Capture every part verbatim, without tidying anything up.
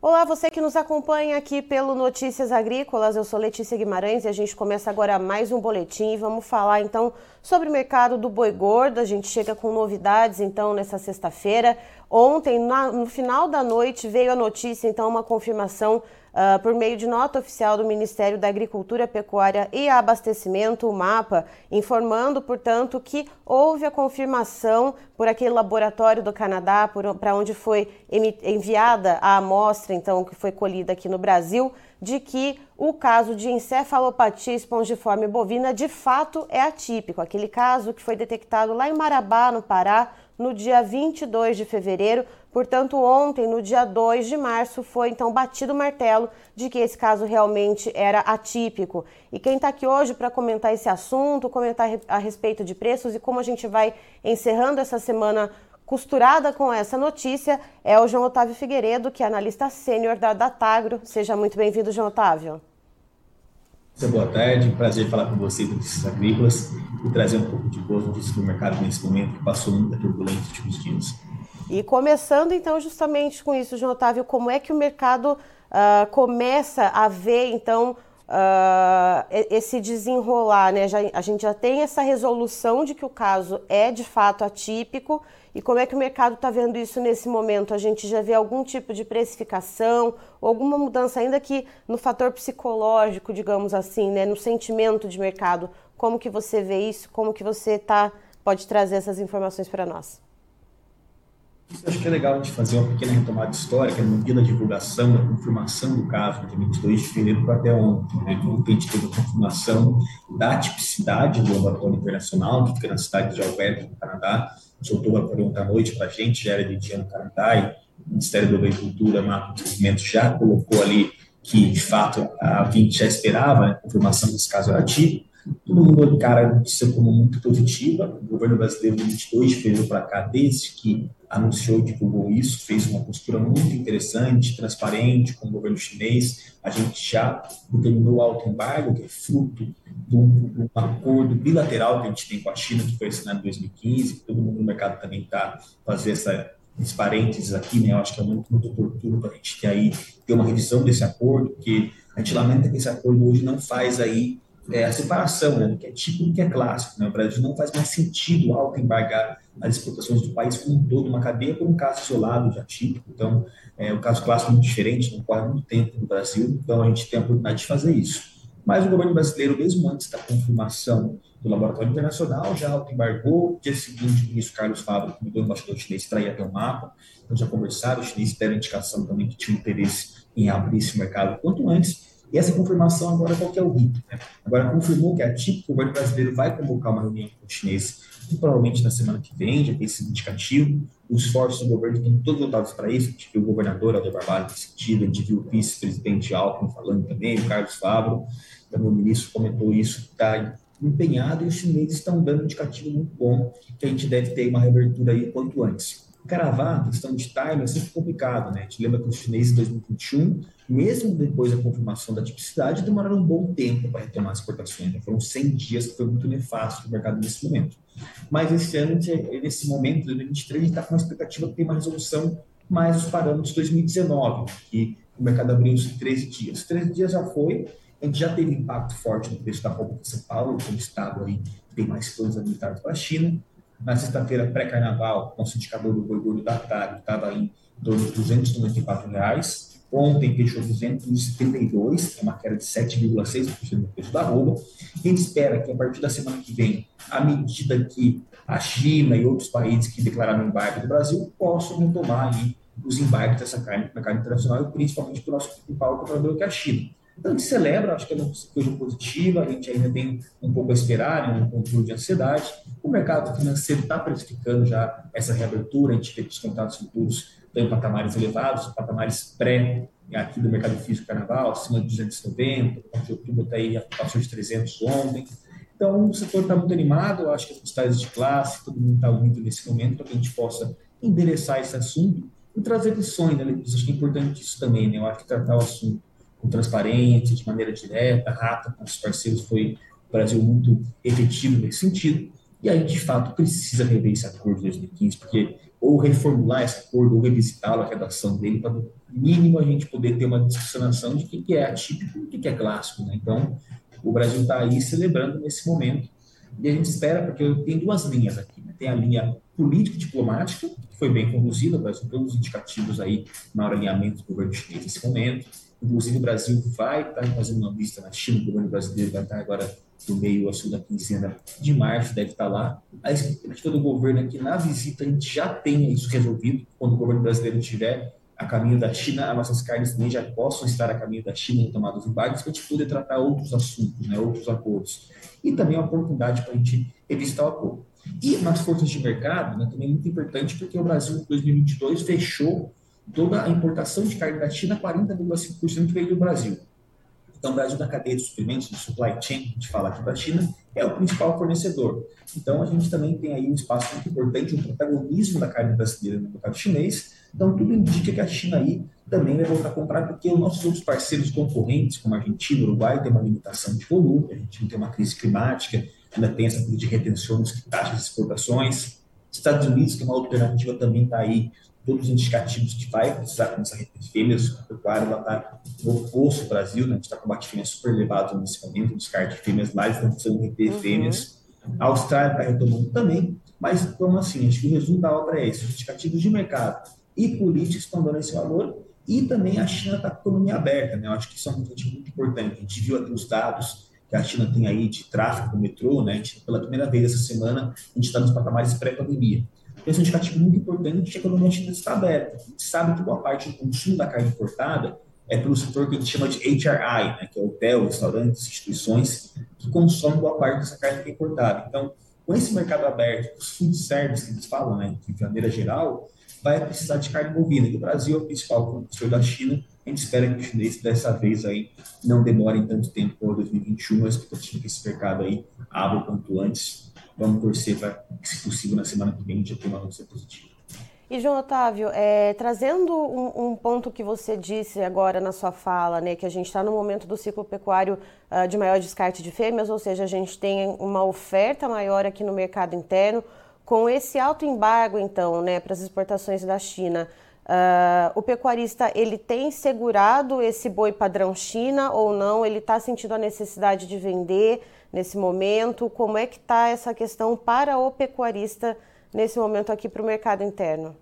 Olá, você que nos acompanha aqui pelo Notícias Agrícolas, eu sou Letícia Guimarães e a gente começa agora mais um boletim e vamos falar então sobre o mercado do boi gordo. A gente chega com novidades então nessa sexta-feira. Ontem, na, no final da noite, veio a notícia, então uma confirmação Uh, por meio de nota oficial do Ministério da Agricultura, Pecuária e Abastecimento, o MAPA, informando, portanto, que houve a confirmação por aquele laboratório do Canadá, para onde foi enviada a amostra, então, que foi colhida aqui no Brasil, de que o caso de encefalopatia espongiforme bovina, de fato, é atípico. Aquele caso que foi detectado lá em Marabá, no Pará, no dia vinte e dois de fevereiro. Portanto, ontem, no dia dois de março, foi então batido o martelo de que esse caso realmente era atípico. E quem está aqui hoje para comentar esse assunto, comentar a respeito de preços e como a gente vai encerrando essa semana costurada com essa notícia, é o João Otávio Figueiredo, que é analista sênior da Datagro. Seja muito bem-vindo, João Otávio. Boa tarde, prazer falar com vocês do Notícias Agrícolas e trazer um pouco de boas notícias do mercado nesse momento que passou muita turbulência nos últimos dias. E começando então justamente com isso, João Otávio, como é que o mercado uh, começa a ver então uh, esse desenrolar, né? Já, a gente já tem essa resolução de que o caso é de fato atípico e como é que o mercado está vendo isso nesse momento? A gente já vê algum tipo de precificação, alguma mudança ainda que no fator psicológico, digamos assim, né? No sentimento de mercado. Como que você vê isso? Como que você tá, pode trazer essas informações para nós? Isso eu acho que é legal a gente fazer uma pequena retomada histórica no dia da divulgação, da confirmação do caso, de vinte e dois de fevereiro para até ontem. Né? Então, ontem a gente teve a confirmação da tipicidade do laboratório internacional, que fica na cidade de Alberta, no Canadá. Soltou o relatório ontem à noite para a gente, já era de dia no Canadá, e o Ministério da Agricultura, Mato e Desenvolvimento, já colocou ali que, de fato, a gente já esperava, né, a confirmação desse caso era atípico. Todo mundo encara a notícia como muito positiva. O governo brasileiro, de vinte e dois de fevereiro para cá, desde que anunciou e divulgou isso, fez uma postura muito interessante, transparente com o governo chinês. A gente já determinou o autoembargo, que é fruto de um, de um acordo bilateral que a gente tem com a China, que foi assinado em dois mil e quinze, que todo mundo no mercado também está fazendo essa esse parênteses aqui, né? Eu acho que é muito, muito oportuno para a gente ter aí, ter uma revisão desse acordo, porque a gente lamenta que esse acordo hoje não faz aí é, a separação, né, do que é típico e do que é clássico. Né? O Brasil não faz mais sentido auto-embargar as exportações do país como um todo, uma cadeia, por um caso isolado de atípico. Então, é, o caso clássico é muito diferente, não corre muito tempo no Brasil, então a gente tem a oportunidade de fazer isso. Mas o governo brasileiro, mesmo antes da confirmação do Laboratório Internacional, já auto-embargou. No dia seguinte, o ministro Carlos Fávaro, que mudou o embaixador chinês, para ir até o mapa. Então, já conversaram, os chineses deram indicação também que tinha interesse em abrir esse mercado quanto antes. E essa confirmação agora, qual que é o rito? Né? Agora confirmou que é atípico, o governo brasileiro vai convocar uma reunião com os chineses, provavelmente na semana que vem, já tem esse indicativo. Os esforços do governo estão todos voltados para isso. A gente viu o governador Helder Barbalho nesse sentido, a gente viu o vice-presidente Alckmin falando também, o Carlos Fávaro, também o ministro comentou isso, está empenhado, e os chineses estão dando um indicativo muito bom, que a gente deve ter uma reabertura aí quanto antes. Cravar a questão de time é sempre complicado, né? A gente lembra que os chineses em dois mil e vinte e um, mesmo depois da confirmação da tipicidade, demoraram um bom tempo para retomar as exportações. Né? Foram cem dias, que foi muito nefasto para o mercado nesse momento. Mas esse ano, nesse momento, dois mil e vinte e três, a gente está com uma expectativa que tem uma resolução mais os parâmetros de dois mil e dezenove, que o mercado abriu em treze dias. treze dias já foi, a gente já teve impacto forte no preço da roupa de São Paulo, que é um estado aí que tem mais planos habilitados para a China. Na sexta-feira, pré-carnaval, nosso indicador do boi gordo da tarde estava em torno de duzentos e noventa e quatro reais. Ontem fechou duzentos e setenta e dois, é uma queda de sete vírgula seis por cento no preço da arroba. A gente espera que a partir da semana que vem, à medida que a China e outros países que declararam embargo do Brasil possam retomar aí os embarques dessa carne no mercado internacional, e principalmente para o nosso principal comprador, que é a China. Então, a gente celebra, acho que é uma coisa positiva, a gente ainda tem um pouco a esperar, né, um controle de ansiedade. O mercado financeiro está precificando já essa reabertura, a gente vê que os contratos futuros estão em patamares elevados, patamares pré aqui do mercado físico carnaval, acima de duzentos e noventa, o de outubro está aí, passou de trezentos ontem. Então, o setor está muito animado, eu acho que as estatais de classe, todo mundo está unido nesse momento para que a gente possa endereçar esse assunto e trazer lições, né? Acho que é importante isso também, né? Eu acho que tratar o assunto com transparência, de maneira direta, rápida, com os parceiros, foi o Brasil muito efetivo nesse sentido. E aí, de fato, precisa rever esse acordo de dois mil e quinze, porque ou reformular esse acordo, ou revisitá-lo, a redação dele, para no mínimo a gente poder ter uma discussão de o que é atípico e o que é clássico, né? Então, o Brasil está aí celebrando nesse momento, e a gente espera, porque tem duas linhas aqui, né? Tem a linha político-diplomática, que foi bem conduzida, o Brasil tem os indicativos aí na hora alinhamento do governo chinês nesse momento. Inclusive, o Brasil vai estar fazendo uma vista na China, o governo brasileiro vai estar agora no meio, a segunda quinzena de março, deve estar lá. A expectativa do governo é que na visita a gente já tenha isso resolvido, quando o governo brasileiro estiver a caminho da China, as nossas carnes também já possam estar a caminho da China em tomadas embargos, para a gente poder tratar outros assuntos, né, outros acordos. E também a oportunidade para a gente revisitar o acordo. E nas forças de mercado, né, também é muito importante, porque o Brasil, em dois mil e vinte e dois, fechou toda a importação de carne da China, quarenta vírgula cinco por cento veio do Brasil. Então, o Brasil, na cadeia de suprimentos, do supply chain, que a gente fala aqui da China, é o principal fornecedor. Então, a gente também tem aí um espaço muito importante, um protagonismo da carne brasileira no mercado chinês. Então, tudo indica que a China aí também vai voltar a comprar, porque os nossos outros parceiros concorrentes, como a Argentina e o Uruguai, tem uma limitação de volume, a gente tem uma crise climática, ainda tem essa crise de retenção nos taxas de exportações. Estados Unidos, que é uma alternativa, também está aí, todos os indicativos que vai precisar começar a reter fêmeas, a pecuária está no oposto do Brasil, né? A gente está com abate fêmeas super elevado nesse momento, descarte de fêmeas lá, eles estão precisando reter uhum. fêmeas. A Austrália está retomando também, mas, como assim, acho que o resumo da obra é esse, os indicativos de mercado e políticos estão dando esse valor, e também a China está com a economia aberta, né? Eu acho que isso é um ponto muito importante. A gente viu aqui os dados que a China tem aí de tráfego no metrô, né? A gente, pela primeira vez essa semana, a gente está nos patamares pré-pandemia. Esse é um indicativo muito importante de que a economia chinesa está aberta. A gente sabe que boa parte do consumo da carne importada é pelo setor que a gente chama de H R I, né, que é hotel, restaurantes, instituições, que consomem boa parte dessa carne que é importada. Então, com esse mercado aberto, os food service, que eles falam, né, de maneira geral, vai precisar de carne bovina. E o Brasil é o principal produtor da China. A gente espera que os chineses, dessa vez, aí, não demorem tanto tempo para dois mil e vinte e um, a expectativa que esse mercado aí abra o quanto antes. Vamos torcer para que, se possível, na semana que vem, a gente já tenha uma notícia positiva. E, João Otávio, é, trazendo um, um ponto que você disse agora na sua fala, né, que a gente está no momento do ciclo pecuário uh, de maior descarte de fêmeas, ou seja, a gente tem uma oferta maior aqui no mercado interno. Com esse alto embargo, então, né, para as exportações da China, uh, o pecuarista ele tem segurado esse boi padrão China ou não? Ele está sentindo a necessidade de vender nesse momento? Como é que está essa questão para o pecuarista nesse momento aqui para o mercado interno?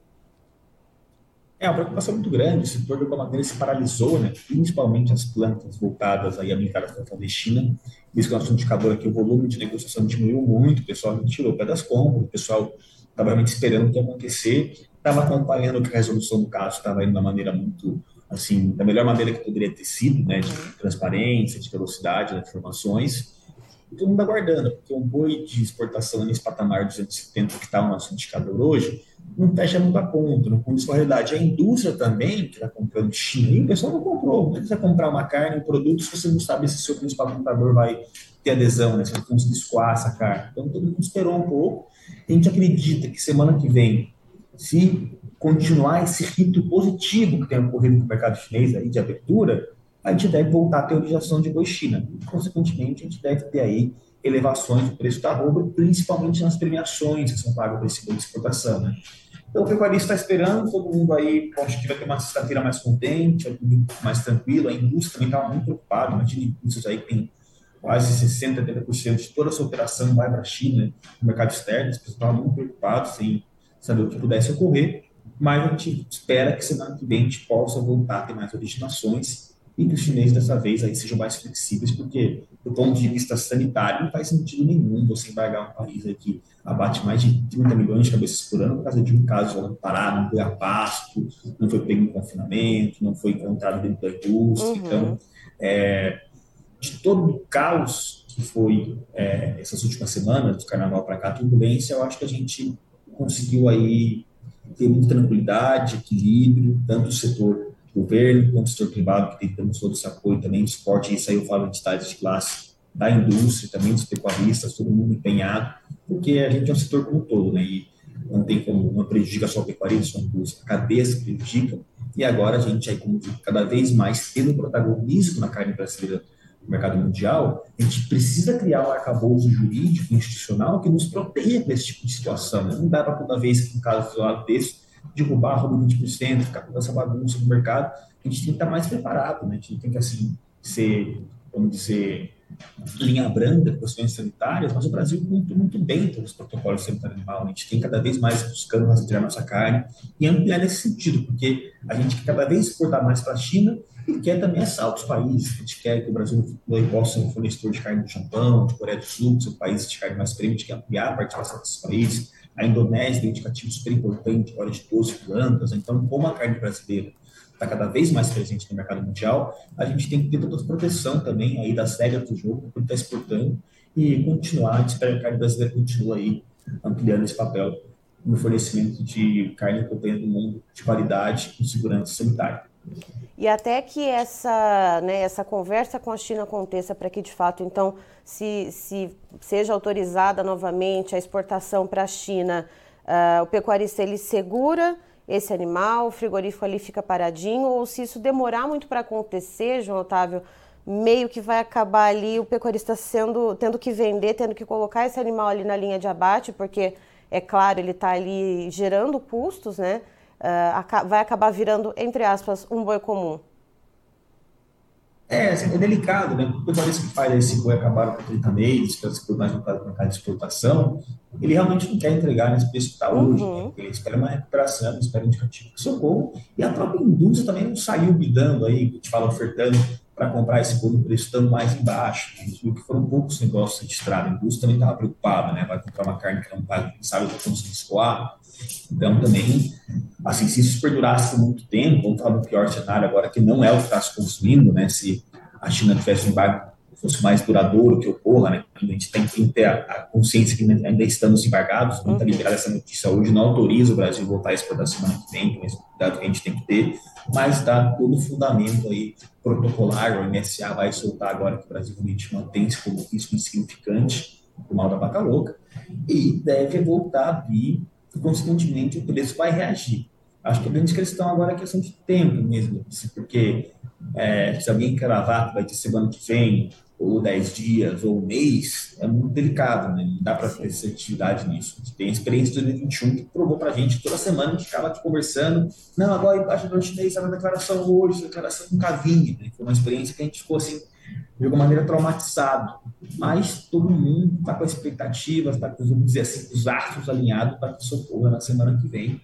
É uma preocupação muito grande. O setor de alguma maneira se paralisou, né? Principalmente as plantas voltadas aí a mercado clandestina. Isso que é o nosso indicador aqui, o volume de negociação diminuiu muito, o pessoal tirou o pé das compras, o pessoal estava realmente esperando o que ia acontecer, estava acompanhando que a resolução do caso estava indo de uma maneira muito, assim, da melhor maneira que poderia ter sido, né? De transparência, de velocidade das informações. E todo mundo aguardando, porque um boi de exportação nesse patamar de duzentos e setenta que está o nosso indicador hoje, não fecha muito a conta, não condiz com a realidade. A indústria também, que está comprando China, e o pessoal não comprou. Como é que você vai comprar uma carne, um produto, se você não sabe se o seu principal comprador vai ter adesão, né? Se vai conseguir escoar essa carne. Então, todo mundo esperou um pouco. A gente acredita que semana que vem, se continuar esse ritmo positivo que tem ocorrido no mercado chinês aí de abertura, a gente deve voltar a ter utilização de boi China. E, consequentemente, a gente deve ter aí elevações do preço da arroba, principalmente nas premiações que são pagas por esse boi de exportação, né? Então, o pecuarista está esperando, todo mundo aí, acho que vai ter uma sexta-feira mais contente, vai ter mais tranquilo, a indústria também está muito preocupada, imagina indústrias aí que tem quase sessenta, setenta por cento de toda a sua operação vai para a China, no mercado externo, as pessoas estavam muito preocupadas em saber o que pudesse ocorrer, mas a gente espera que semana que vem a gente possa voltar a ter mais originações e que os chineses dessa vez aí sejam mais flexíveis, porque do ponto de vista sanitário não faz sentido nenhum você embargar um país aí que abate mais de trinta milhões de cabeças por ano por causa de um caso parado, não foi a pasto, não foi pego em confinamento, não foi encontrado dentro da indústria. Uhum. Então, é, de todo o caos que foi é, essas últimas semanas, do carnaval para cá, a turbulência, eu acho que a gente conseguiu aí ter muita tranquilidade, equilíbrio, tanto o setor governo, quanto o setor privado, que tem todo esse apoio também do esporte, isso aí eu falo de entidades de classe da indústria, também dos pecuaristas, todo mundo empenhado, porque a gente é um setor como um todo, né, e não tem como, não prejudica só o pecuarista, só a indústria, a cadeia se prejudica, e agora a gente aí, como digo, cada vez mais tendo protagonismo na carne brasileira no mercado mundial, a gente precisa criar um arcabouço jurídico institucional que nos proteja desse tipo de situação. Não dá para toda vez que um caso isolado desse, derrubar, roubar vinte por cento, ficar com essa bagunça no mercado. A gente tem que estar mais preparado, né? A gente tem que, assim, ser, vamos dizer, linha branca, questões sanitárias, mas o Brasil muito, muito bem pelos protocolos sanitários animal. A gente tem cada vez mais buscando rastrear nossa carne e ampliar nesse sentido, porque a gente quer cada vez exportar mais para a China e quer também assar outros países. A gente quer que o Brasil possa ser um fornecedor de carne do Japão, de Coreia do Sul, que são países de carne mais premium, a gente quer ampliar a participação desses países. A Indonésia tem um indicativo super importante, óleo de doze plantas. Então, como a carne brasileira está cada vez mais presente no mercado mundial, a gente tem que ter toda a proteção também aí das regras do jogo, para estar exportando e continuar, a gente espera que a carne brasileira continue aí ampliando esse papel no fornecimento de carne e proteína do mundo de qualidade e segurança sanitária. E até que essa, né, essa conversa com a China aconteça para que, de fato, então, se, se seja autorizada novamente a exportação para a China, uh, o pecuarista ele segura esse animal, o frigorífico ali fica paradinho, ou se isso demorar muito para acontecer, João Otávio, meio que vai acabar ali o pecuarista sendo, tendo que vender, tendo que colocar esse animal ali na linha de abate, porque, é claro, ele está ali gerando custos, né? Uh, vai acabar virando, entre aspas, um boi comum. É, assim, é delicado, né? O pecuarista que faz esse boi acabar com trinta meses, que é o mais no mercado de exportação, ele realmente não quer entregar nesse preço que está hoje, Uhum. né? Ele espera uma recuperação, espera um indicativo de socorro, e a própria indústria também não saiu bidando aí, a gente fala ofertando para comprar esse boi no preço tão mais embaixo. A gente viu que foram poucos negócios registrados, a indústria também estava preocupada, né? Vai comprar uma carne que não paga, quem sabe que conseguir escoar. Então, também, assim, se isso perdurasse por muito tempo, vamos falar do pior cenário agora, que não é o que está se consumindo, né? Se a China tivesse um embargo fosse mais duradouro que ocorra, né? A gente tem que ter a, a consciência que ainda estamos embargados, não está liberada essa notícia hoje, não autoriza o Brasil a voltar a exportar semana que vem, que é um cuidado que a gente tem que ter, mas dá todo o fundamento aí protocolar, o M S A vai soltar agora que o Brasil realmente mantém-se como risco insignificante, o mal da vaca louca, e deve voltar a vir, e consequentemente o preço vai reagir. Acho que a grande questão agora é a questão de tempo mesmo, porque é, se alguém cravar que vai ter semana que vem, ou dez dias, ou um mês, é muito delicado, né? Não dá para ter assertividade nisso. A gente tem a experiência de dois mil e vinte e um que provou para a gente, toda semana a gente ficava aqui conversando, não, agora o embaixador chinês está na declaração hoje, a declaração nunca vinha, né? Foi uma experiência que a gente ficou assim, de alguma maneira traumatizado, mas todo mundo está com a expectativa, está com, vamos dizer assim, os astros alinhados para que isso ocorra na semana que vem,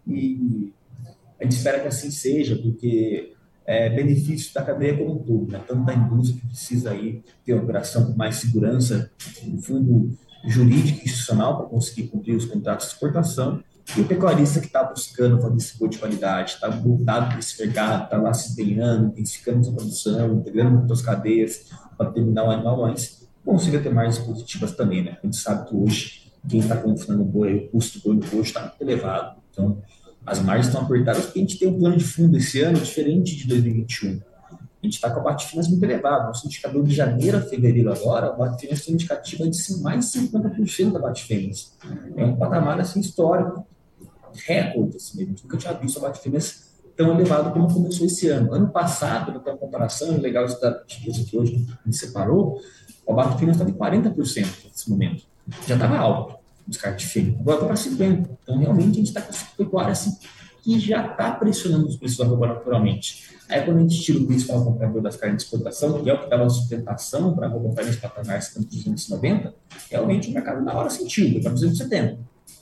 e a gente espera que assim seja, porque é benefício da cadeia como um todo, né? Tanto da indústria que precisa aí ter uma operação com mais segurança, um fundo jurídico e institucional para conseguir cumprir os contratos de exportação, e o pecuarista que está buscando fazer esse boi de qualidade, está voltado para esse mercado, está lá se empenhando, intensificando essa produção, integrando outras cadeias para terminar o animal antes, consiga ter margens positivas também, né? A gente sabe que hoje, quem está confinando o boi, o custo do boi no hoje está muito elevado, então as margens estão apertadas porque a gente tem um plano de fundo esse ano diferente de dois mil e vinte e um. A gente está com a bate-finas muito elevado. Nosso indicador de janeiro a fevereiro agora, a bate-finas tem um indicativo de mais de cinquenta por cento da bate-finas. É um patamar assim, histórico, recorde. Assim, a gente nunca tinha visto a bate-finas tão elevado como começou esse ano. Ano passado, na comparação, legal isso que hoje me separou, a bate-finas estava em quarenta por cento nesse momento. Já estava alto. Descarte fino. Agora está para cinquenta. Então, realmente, a gente está com essa pecuária assim, que já está pressionando os preços da roupa naturalmente. Aí, quando a gente tira o preço para o comprador das carnes de exportação, que é o que dava sustentação para a roupa nesse patamar de duzentos e noventa, realmente o mercado na hora sentiu, vai para duzentos e setenta.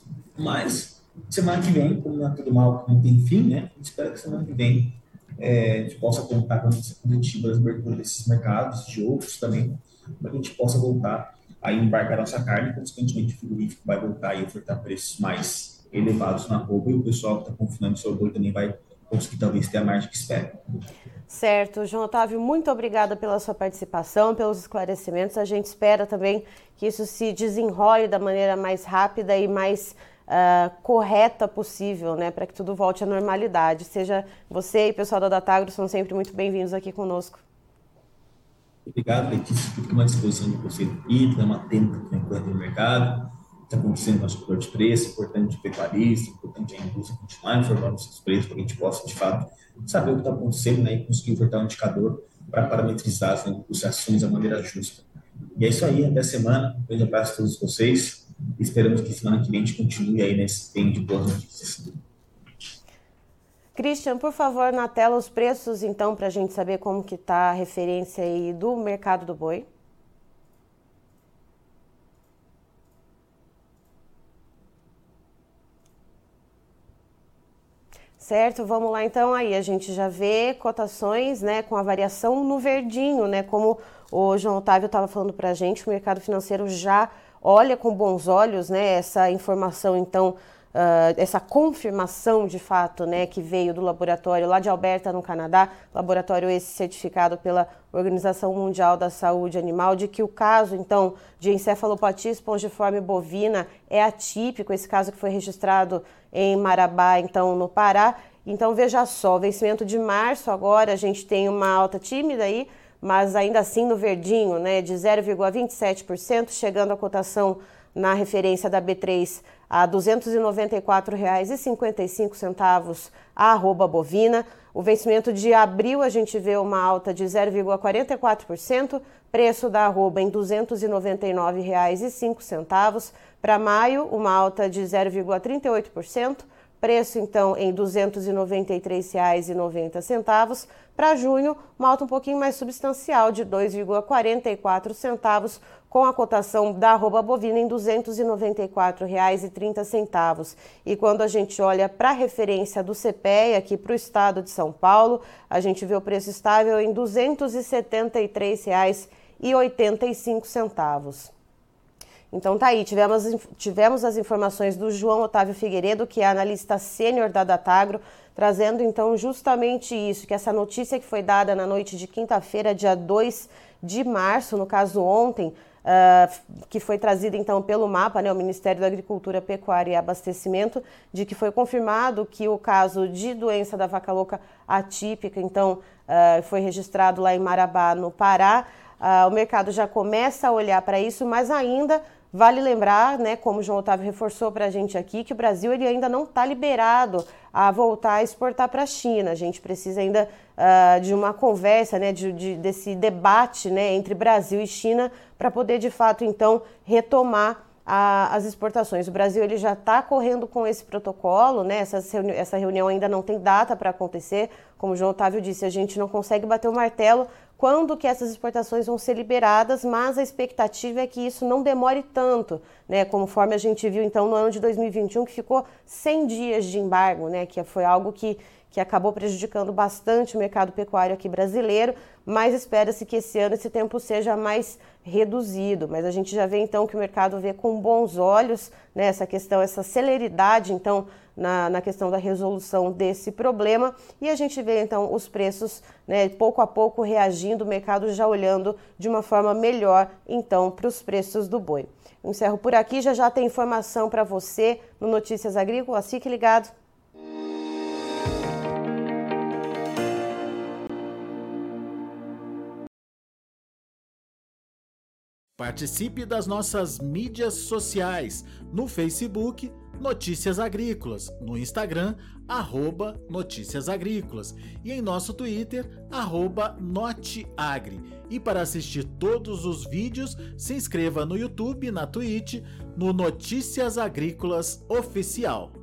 Mas, semana que vem, como não é tudo mal, não tem fim, né? A gente espera que semana que vem é, a gente possa contar com essa positiva das aberturas desses mercados, de outros também, para que a gente possa voltar a embarcar nossa carne, e, consequentemente, o frigorífico vai voltar a ofertar preços mais elevados na roupa e o pessoal que está confinando o seu boi também vai conseguir, talvez, ter a margem que espera. Certo. João Otávio, muito obrigada pela sua participação, pelos esclarecimentos. A gente espera também que isso se desenrole da maneira mais rápida e mais uh, correta possível, né, para que tudo volte à normalidade. Seja você e o pessoal da Datagro são sempre muito bem-vindos aqui conosco. Obrigado, Letícia. Fico à disposição de você aqui, estamos atentos no mercado, está acontecendo nosso controle de preço, importante o pecuarista, importante a indústria continuar informando os seus preços, para que a gente possa, de fato, saber o que está acontecendo, né, e conseguir ofertar um indicador para parametrizar as negociações da maneira justa. E é isso aí, até semana. Um grande abraço a todos vocês. Esperamos que semana que vem a gente continue aí nesse tempo de boas notícias. Christian, por favor, na tela os preços, então, para a gente saber como que está a referência aí do mercado do boi. Certo, vamos lá então, aí a gente já vê cotações, né, com a variação no verdinho, né, como o João Otávio estava falando para a gente, o mercado financeiro já olha com bons olhos, né, essa informação, então, uh, essa confirmação de fato, né, que veio do laboratório lá de Alberta, no Canadá, laboratório esse certificado pela Organização Mundial da Saúde Animal, de que o caso, então, de encefalopatia espongiforme bovina é atípico, esse caso que foi registrado em Marabá, então, no Pará. Então, veja só, vencimento de março agora, a gente tem uma alta tímida aí, mas ainda assim no verdinho, né, de zero vírgula vinte e sete por cento, chegando a cotação na referência da B três a duzentos e noventa e quatro reais e cinquenta e cinco centavos a arroba bovina. O vencimento de abril a gente vê uma alta de zero vírgula quarenta e quatro por cento, preço da arroba em duzentos e noventa e nove reais e cinco centavos. Para maio, uma alta de zero vírgula trinta e oito por cento, preço então em duzentos e noventa e três reais e noventa centavos. Para junho, uma alta um pouquinho mais substancial de dois vírgula quarenta e quatro centavos, com a cotação da arroba bovina em duzentos e noventa e quatro reais e trinta centavos. E quando a gente olha para a referência do C P E A aqui para o estado de São Paulo, a gente vê o preço estável em duzentos e setenta e três reais e oitenta e cinco centavos. Então tá aí, tivemos, tivemos as informações do João Otávio Figueiredo, que é analista sênior da Datagro, trazendo então justamente isso, que essa notícia que foi dada na noite de quinta-feira, dia dois de março, no caso ontem, uh, que foi trazida então pelo MAPA, né, o Ministério da Agricultura, Pecuária e Abastecimento, de que foi confirmado que o caso de doença da vaca louca atípica, então, uh, foi registrado lá em Marabá, no Pará. Uh, o mercado já começa a olhar para isso, mas ainda vale lembrar, né, como o João Otávio reforçou para a gente aqui, que o Brasil ele ainda não está liberado a voltar a exportar para a China. A gente precisa ainda uh, de uma conversa, né, de, de, desse debate, né, entre Brasil e China para poder, de fato, então, retomar a, as exportações. O Brasil ele já está correndo com esse protocolo, né, essa, reuni- essa reunião ainda não tem data para acontecer. Como o João Otávio disse, a gente não consegue bater o martelo quando que essas exportações vão ser liberadas, mas a expectativa é que isso não demore tanto, né, conforme a gente viu então no ano de dois mil e vinte e um, que ficou cem dias de embargo, né, que foi algo que, que acabou prejudicando bastante o mercado pecuário aqui brasileiro, mas espera-se que esse ano esse tempo seja mais reduzido, mas a gente já vê então que o mercado vê com bons olhos, né, essa questão, essa celeridade então na, na questão da resolução desse problema, e a gente vê então os preços, né, pouco a pouco reagindo, o mercado já olhando de uma forma melhor então para os preços do boi. Eu encerro por aqui, já já tem informação para você no Notícias Agrícolas, fique ligado. Participe das nossas mídias sociais, no Facebook, Notícias Agrícolas, no Instagram, arroba Notícias Agrícolas e em nosso Twitter, arroba Noteagri. E para assistir todos os vídeos, se inscreva no YouTube, na Twitch, no Notícias Agrícolas Oficial.